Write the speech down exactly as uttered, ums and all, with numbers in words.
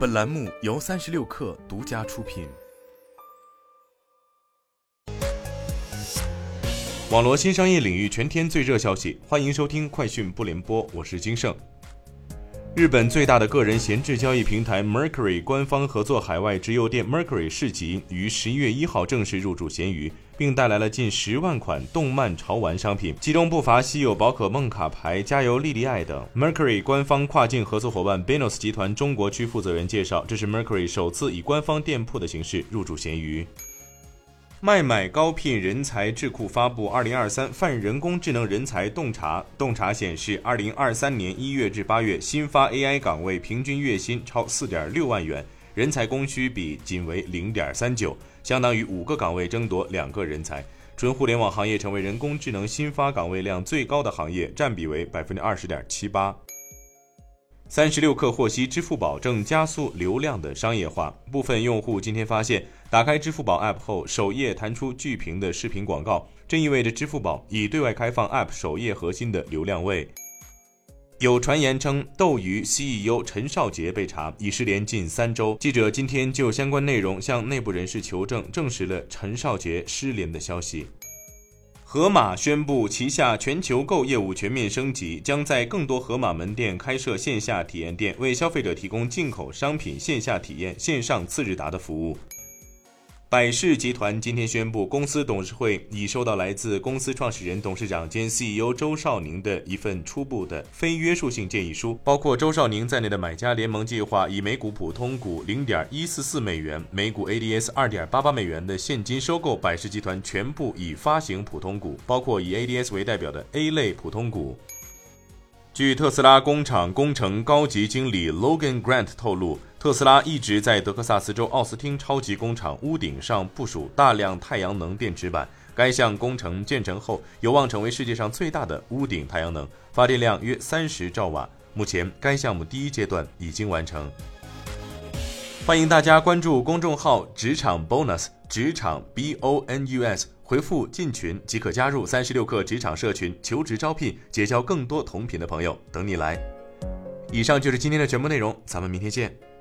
本栏目由三十六氪独家出品。网络新商业领域全天最热消息，欢迎收听快讯不联播，我是金盛。日本最大的个人闲置交易平台 Mercury 官方合作海外直邮店 Mercury 市集于十一月一号正式入驻闲鱼，并带来了近十万款动漫潮玩商品，其中不乏稀有宝可梦卡牌、加油莉莉爱等。Mercury 官方跨境合作伙伴 Benos 集团中国区负责人介绍，这是 Mercury 首次以官方店铺的形式入驻闲鱼。麦买高聘人才智库发布二零二三泛人工智能人才洞察，洞察显示二零二三年一月至八月新发 A I 岗位平均月薪超 四点六万元，人才供需比仅为 零点三九， 相当于五个岗位争夺两个人才。纯互联网行业成为人工智能新发岗位量最高的行业，占比为 百分之二十点七八。三十六氪获悉，支付宝正加速流量的商业化。部分用户今天发现，打开支付宝 App 后，首页弹出巨屏的视频广告，这意味着支付宝已对外开放 App 首页核心的流量位。有传言称，斗鱼 C E O 陈少杰被查，已失联近三周。记者今天就相关内容向内部人士求证，证实了陈少杰失联的消息。盒马宣布旗下全球购业务全面升级，将在更多盒马门店开设线下体验店，为消费者提供进口商品线下体验、线上次日达的服务。百世集团今天宣布，公司董事会已收到来自公司创始人、董事长兼 C E O 周少宁的一份初步的非约束性建议书，包括周少宁在内的买家联盟计划以每股普通股 零点一四四美元、每股 A D S 二点八八美元的现金收购百世集团全部已发行普通股，包括以 A D S 为代表的 A 类普通股。据特斯拉工厂工程高级经理 Logan Grant 透露，特斯拉一直在德克萨斯州奥斯汀超级工厂屋顶上部署大量太阳能电池板，该项工程建成后有望成为世界上最大的屋顶太阳能，发电量约三十兆瓦。目前该项目第一阶段已经完成。欢迎大家关注公众号职场 bonus 职场 B O N U S， 回复进群即可加入三十六氪职场社群，求职招聘，结交更多同频的朋友，等你来。以上就是今天的全部内容，咱们明天见。